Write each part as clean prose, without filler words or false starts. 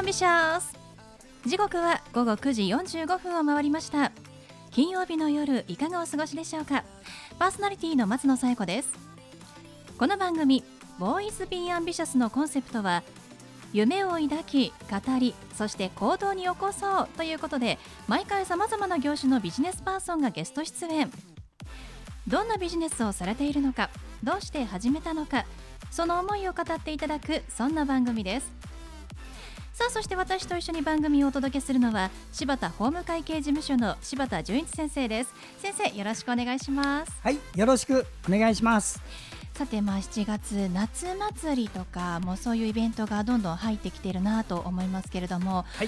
ビシャス。時刻は午後9時45分を回りました。金曜日の夜いかがお過ごしでしょうか。パーソナリティの松野紗友子です。この番組ボーイズビーアンビシャスのコンセプトは、夢を抱き語り、そして行動に起こそうということで、毎回さまざまな業種のビジネスパーソンがゲスト出演。どんなビジネスをされているのか、どうして始めたのか、その思いを語っていただく、そんな番組です。さあ、そして私と一緒に番組をお届けするのは、柴田法務会計事務所の柴田純一先生です。先生、よろしくお願いします。 はい、よろしくお願いします。 さて、7月夏祭りとかもうそういうイベントがどんどん入ってきているなと思いますけれども、 はい、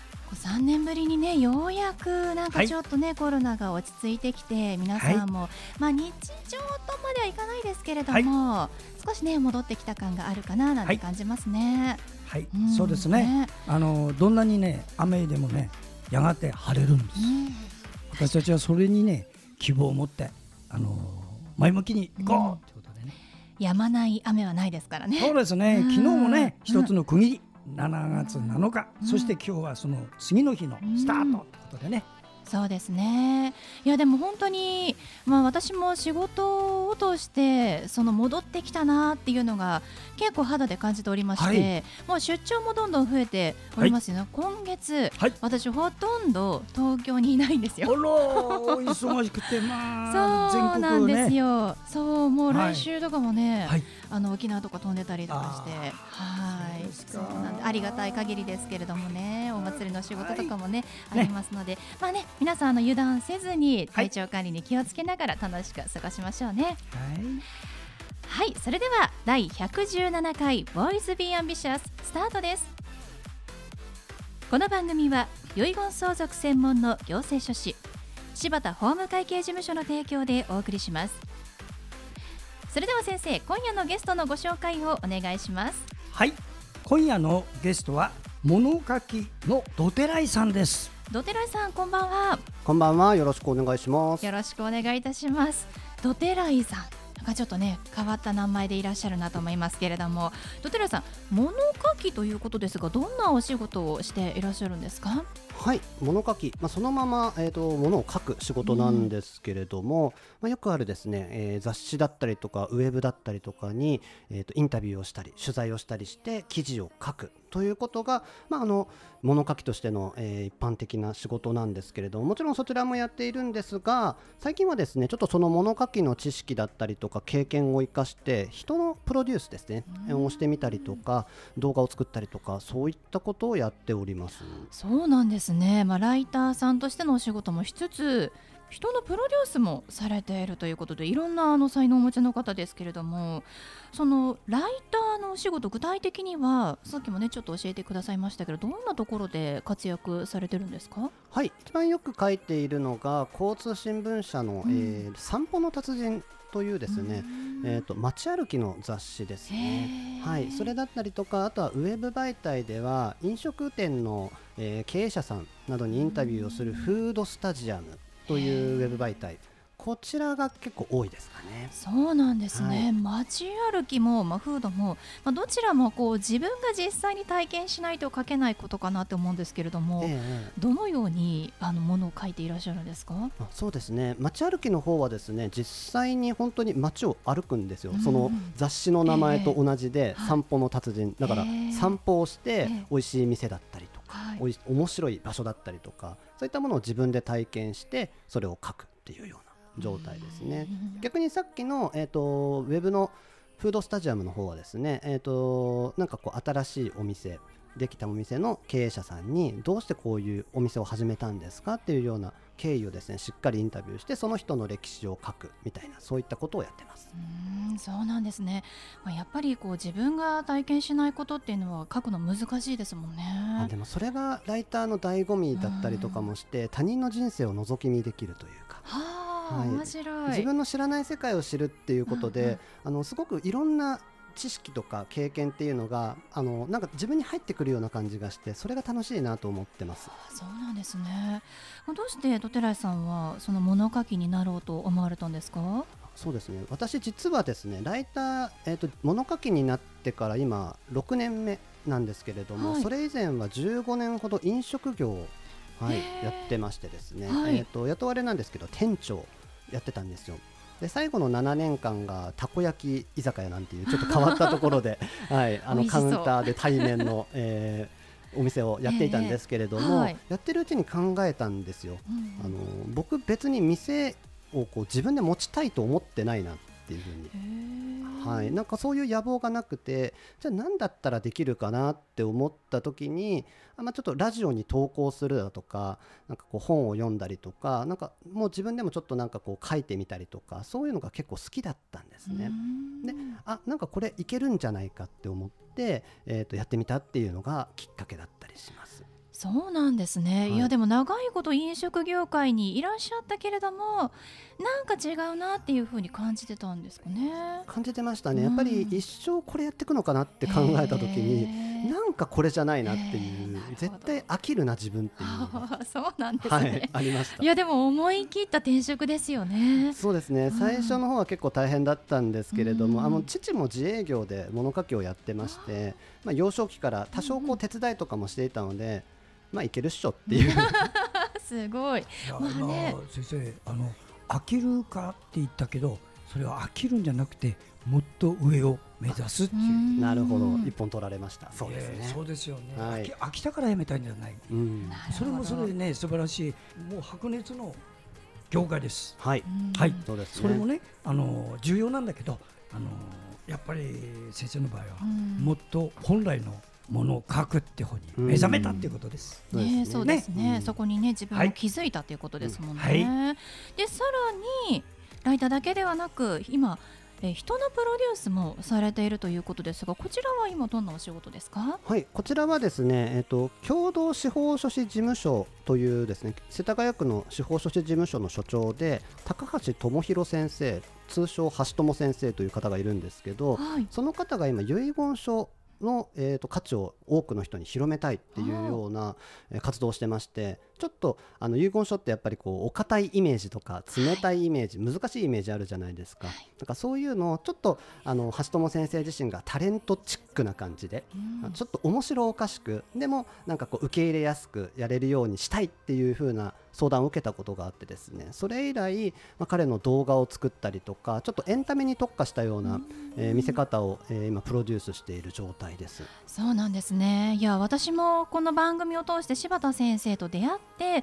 3年ぶりにね、ようやくなんかちょっとね、コロナが落ち着いてきて、皆さんも、日常とまではいかないですけれども、少しね戻ってきた感があるかななんて感じますね。 はい、そうですね。どんなにね雨でもね、やがて晴れるんです。私たちはそれにね希望を持って前向きに行こうということでね。 止まない雨はないですからね。 そうですね。昨日もね一つの区切り、7月7日、そして今日はその次の日のスタートということでね。 そうですね。いやでも本当に、私も仕事を通してその戻ってきたなっていうのが結構肌で感じておりまして、もう出張もどんどん増えておりますよね。今月、私ほとんど東京にいないんですよ。 忙しくてそうなんですよ。そう、もう来週とかもね、沖縄とか飛んでたりとかして、そうなんでありがたい限りですけれどもね、お祭りの仕事とかもね、ありますので、皆さん油断せずに体調管理に気をつけながら楽しく過ごしましょうね。はい、それでは第117回ボーイズビーアンビシャススタートです。この番組は遺言相続専門の行政書士柴田法務会計事務所の提供でお送りします。それでは先生、今夜のゲストのご紹介をお願いします。 はい、今夜のゲストは物書きのどてらいさんです。 どてらいさん、こんばんは。 こんばんは、よろしくお願いします。 よろしくお願いいたします。どてらいさん、なんかちょっとね変わった名前でいらっしゃるなと思いますけれども、どてらいさん、物書きということですが、どんなお仕事をしていらっしゃるんですか？ はい、物書き、そのまま、物を書く仕事なんですけれども、よくあるですね、雑誌だったりとかウェブだったりとかに、インタビューをしたり取材をしたりして記事を書くということが、物書きとしての、一般的な仕事なんですけれども、もちろんそちらもやっているんですが、最近はですねちょっとその物書きの知識だったりとか経験を生かして人のプロデュースですね、をしてみたりとか動画を作ったりとか、そういったことをやっております。 そうなんですね。ライターさんとしてのお仕事もしつつ、人のプロデュースもされているということで、いろんな才能をお持ちの方ですけれども、そのライターのお仕事、具体的にはさっきもねちょっと教えてくださいましたけど、どんなところで活躍されてるんですか？ はい、一番よく書いているのが交通新聞社の、散歩の達人というですね、街歩きの雑誌ですね。はい、それだったりとか、あとはウェブ媒体では飲食店の、経営者さんなどにインタビューをするフードスタジアムというウェブ媒体、こちらが結構多いですかね。 そうなんですね。街歩きも、フードも、どちらも自分が実際に体験しないと書けないことかなと思うんですけれども、どのようにものを書いていらっしゃるんですか？ そうですね、街歩きの方はですね、実際に本当に街を歩くんですよ。その雑誌の名前と同じで、散歩の達人だから、散歩をして美味しい店だったりとか、面白い場所だったりとか、そういったものを自分で体験してそれを書くっていうような状態ですね。逆にさっきの、ウェブのフードスタジアムの方はですね、なんか新しいお店、できたお店の経営者さんにどうしてこういうお店を始めたんですかっていうような経緯をですねしっかりインタビューして、その人の歴史を書くみたいな、そういったことをやってます。 そうなんですね。やっぱり自分が体験しないことっていうのは書くの難しいですもんね。 でもそれがライターの醍醐味だったりとかもして、他人の人生を覗き見できるというか、 面白い。 自分の知らない世界を知るっていうことで、すごくいろんな知識とか経験っていうのがなんか自分に入ってくるような感じがして、それが楽しいなと思ってます。 そうなんですね。どうしてどてらいさんはその物書きになろうと思われたんですか？ そうですね、私実はですねライター、物書きになってから今6年目なんですけれども、 はい、 それ以前は15年ほど飲食業を、はい、やってましてですね、 はい、 雇われなんですけど店長やってたんですよ。で最後の7年間がたこ焼き居酒屋なんていうちょっと変わったところで、はい、カウンターで対面の、お店をやっていたんですけれども、 はい、 やってるうちに考えたんですよ、僕別に店をこう自分で持ちたいと思ってないなっていうふうに、はい、なんかそういう野望がなくて、じゃあ何だったらできるかなって思った時に、ちょっとラジオに投稿するだとか、なんかこう本を読んだりとか、なんかもう自分でもちょっとなんかこう書いてみたりとか、そういうのが結構好きだったんですね。で、なんかこれいけるんじゃないかって思って、やってみたっていうのがきっかけだったりします。 そうなんですね、はい、いやでも長いこと飲食業界にいらっしゃったけれどもなんか違うなっていう風に感じてたんですかね。 感じてましたね、やっぱり一生これやっていくのかなって考えた時に、なんかこれじゃないなっていう、絶対飽きるな自分っていうそうなんですね、 はい、ありました。 いやでも思い切った転職ですよね。 そうですね、最初の方は結構大変だったんですけれども、父も自営業で物書きをやってまして、幼少期から多少こう手伝いとかもしていたので、いけるっしょっていうすごい。 先生飽きるかって言ったけど、それは飽きるんじゃなくてもっと上を目指すっていう。 なるほど、一本取られました。そうですね、 そうですよね、 はい、 飽きたからやめたいんじゃない、それもそれでね素晴らしい、もう白熱の業界です。 はい、 はい、 そうですね、 それもね重要なんだけど、やっぱり先生の場合はもっと本来のものを書くって方に目覚めたっていうことです。 そうですね、そこにね自分も気づいたということですもんね。はい、でさらにライターだけではなく今人のプロデュースもされているということですが、こちらは今どんなお仕事ですか？ はい、こちらはですね、共同司法書士事務所というですね、世田谷区の司法書士事務所の所長で高橋智博先生、通称橋友先生という方がいるんですけど、はい、その方が今遺言書の、価値を多くの人に広めたいっていうような、活動をしてまして、ちょっと遺言書ってやっぱりこうお堅いイメージとか冷たいイメージ、難しいイメージあるじゃないですか。なんかそういうのをちょっと橋友先生自身がタレントチックな感じで、ちょっと面白おかしく、でもなんかこう受け入れやすくやれるようにしたいっていう風な相談を受けたことがあってですね、それ以来、彼の動画を作ったりとか、ちょっとエンタメに特化したような、見せ方を、今プロデュースしている状態です。 そうなんですね。いや私もこの番組を通して柴田先生と出会って、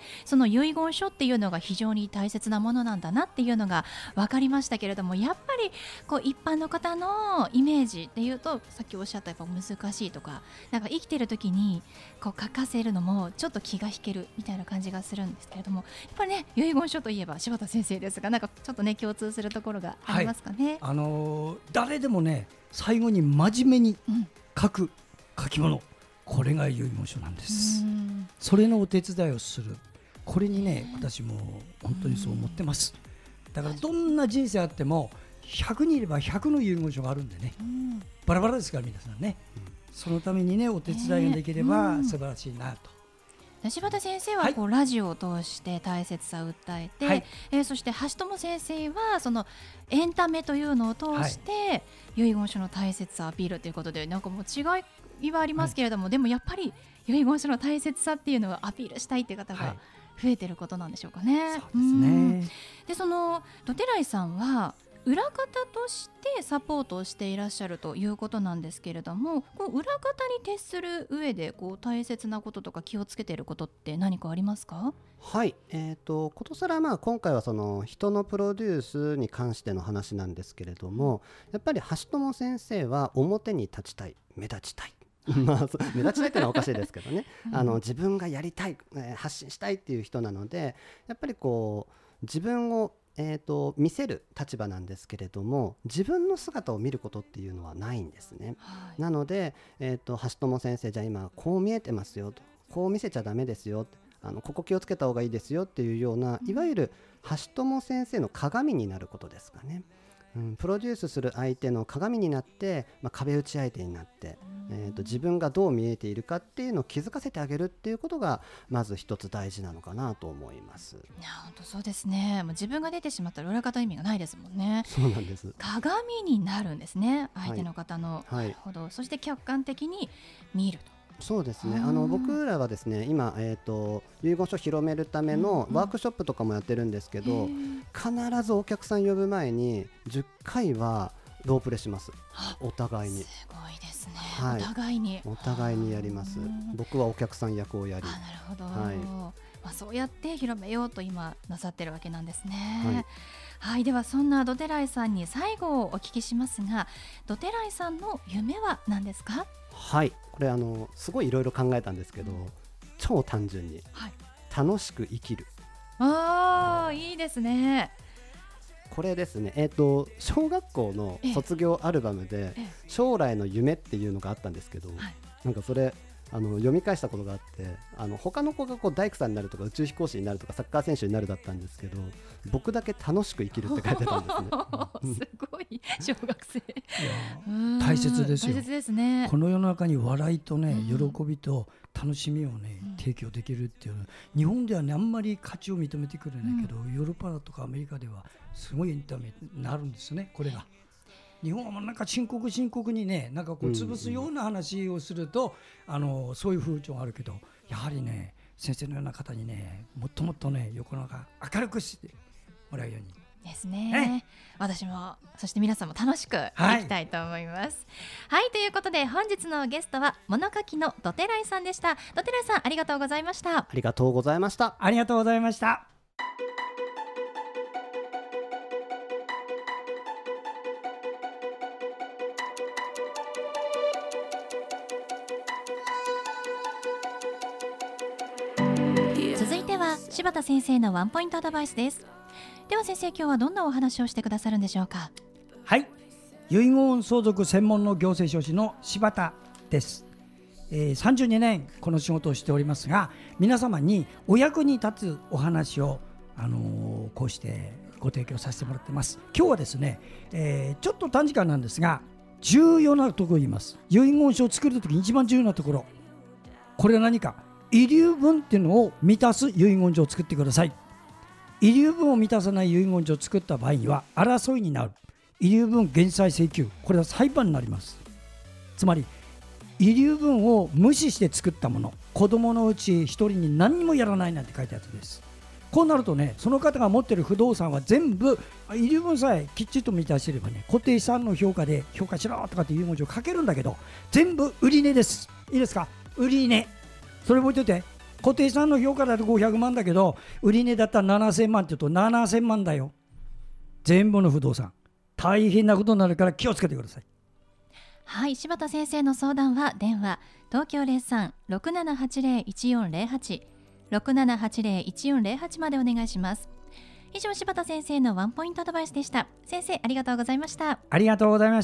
その遺言書っていうのが非常に大切なものなんだなっていうのが分かりましたけれども、やっぱりこう一般の方のイメージっていうと、さっきおっしゃったやっぱ難しいとか、なんか生きてる時にこう書かせるのもちょっと気が引けるみたいな感じがするんですけれども、やっぱりね遺言書といえば柴田先生ですが、なんかちょっとね共通するところがありますかね。 はい、誰でもね最後に真面目に書く書き物、これが遺言書なんです。それのお手伝いをする、これにね私も本当にそう思ってます。だからどんな人生あっても100人いれば100の遺言書があるんでね、バラバラですから皆さんね、そのためにねお手伝いができれば素晴らしいなと。 柴田先生はこう、ラジオを通して大切さを訴えて、そして橋友先生はそのエンタメというのを通して遺言書の大切さをアピールということで、なんかもう違いはありますけれども、でもやっぱり遺言書の大切さっていうのをアピールしたいっていう方が増えてることなんでしょうかね。 そうですね。 でそのどてらいさんは裏方としてサポートをしていらっしゃるということなんですけれども、こう裏方に徹する上でこう大切なこととか気をつけていることって何かありますか？ はい、ことさら今回はその人のプロデュースに関しての話なんですけれども、やっぱり橋友先生は表に立ちたい、目立ちたい目立ちたいっていうのはおかしいですけどね、自分がやりたい、発信したいっていう人なので、やっぱりこう自分を見せる立場なんですけれども、自分の姿を見ることっていうのはないんですね。なので、橋友先生、じゃあ今こう見えてますよと、こう見せちゃダメですよ、ここ気をつけた方がいいですよっていうような、いわゆる橋友先生の鏡になることですかね。 プロデュースする相手の鏡になって、壁打ち相手になって、自分がどう見えているかっていうのを気づかせてあげるっていうことがまず一つ大事なのかなと思います。 いや本当そうですね。もう自分が出てしまったら裏方意味がないですもんね。 そうなんです。 鏡になるんですね、相手の方の、 はい、 なるほど。そして客観的に見ると。 そうですね。僕らはですね、今、遺言書を広めるためのワークショップとかもやってるんですけど、必ずお客さん呼ぶ前に10回はロープレします。お互いに。 すごいですね。 はい、 お互いにやります。僕はお客さん役をやり。 なるほど。はい、そうやって広めようと今なさってるわけなんですね。はい、ではそんなどてらいさんに最後をお聞きしますが、どてらいさんの夢は何ですか？ はい、これすごいいろいろ考えたんですけど、超単純に、楽しく生きる。 いいですね。 これですね、小学校の卒業アルバムで将来の夢っていうのがあったんですけど、なんかそれ読み返したことがあって、他の子が大工さんになるとか宇宙飛行士になるとかサッカー選手になるだったんですけど、僕だけ楽しく生きるって書いてたんですね。 すごい小学生。 大切ですよ。 大切ですね。 この世の中に笑いとね、喜びと楽しみをね、提供できるっていう、日本ではねあんまり価値を認めてくれないけど、ヨーロッパとかアメリカではすごいエンタメになるんですね、これが。日本はもうなんか深刻にね、なんかこう潰すような話をすると、そういう風潮があるけど、やはりね先生のような方にね、もっともっとね横中明るくしてもらうようにですね。私もそして皆さんも楽しくいきたいと思います。はい、ということで本日のゲストは物書きのどてらいさんでした。どてらいさん、ありがとうございました。 ありがとうございました。 ありがとうございました。 続いては柴田先生のワンポイントアドバイスです。では先生、今日はどんなお話をしてくださるんでしょうか？ はい、遺言相続専門の行政書士の柴田です。32年この仕事をしておりますが、皆様にお役に立つお話を、こうしてご提供させてもらってます。今日はですね、ちょっと短時間なんですが重要なところを言います。遺言書を作るときに一番重要なところ、これは何か、遺留分っていうのを満たす遺言書を作ってください。遺留分を満たさない遺言書を作った場合には争いになる。遺留分減債請求、これは裁判になります。つまり遺留分を無視して作ったもの、子供のうち一人に何にもやらないなんて書いたやつです。こうなるとね、その方が持っている不動産は全部遺留分さえきっちりと満たしていればね、固定資産の評価で評価しろとかっていう文字を書けるんだけど、全部売値です。いいですか？売値。それ覚えておいて。固定資産の評価だと500万だけど、売値だったら7000万って言うと7000万だよ。全部の不動産大変なことになるから気をつけてください。 はい、柴田先生の相談は電話東京 03-6780-1408 6780-1408 までお願いします。以上、柴田先生のワンポイントアドバイスでした。先生、ありがとうございました。 ありがとうございました。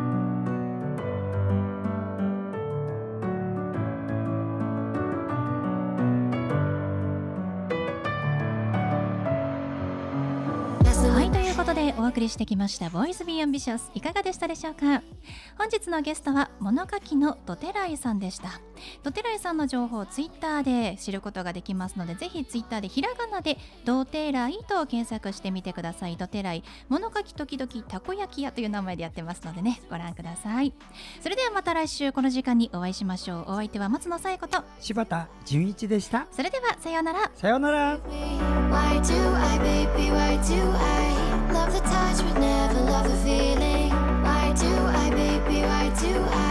ということでお送りしてきましたボイスビーアンビシャス、いかがでしたでしょうか？本日のゲストは物書きのどてらいさんでした。どてらいさんの情報をツイッターで知ることができますので、ぜひツイッターでひらがなでどてらいと検索してみてください。どてらい物書き時々たこ焼き屋という名前でやってますのでね、ご覧ください。それではまた来週この時間にお会いしましょう。お相手は松野紗友子と柴田純一でした。 それではさようなら。 さようなら。 Why do I, baby, why do I love the touch but never love the feeling? Why do I, baby, why do I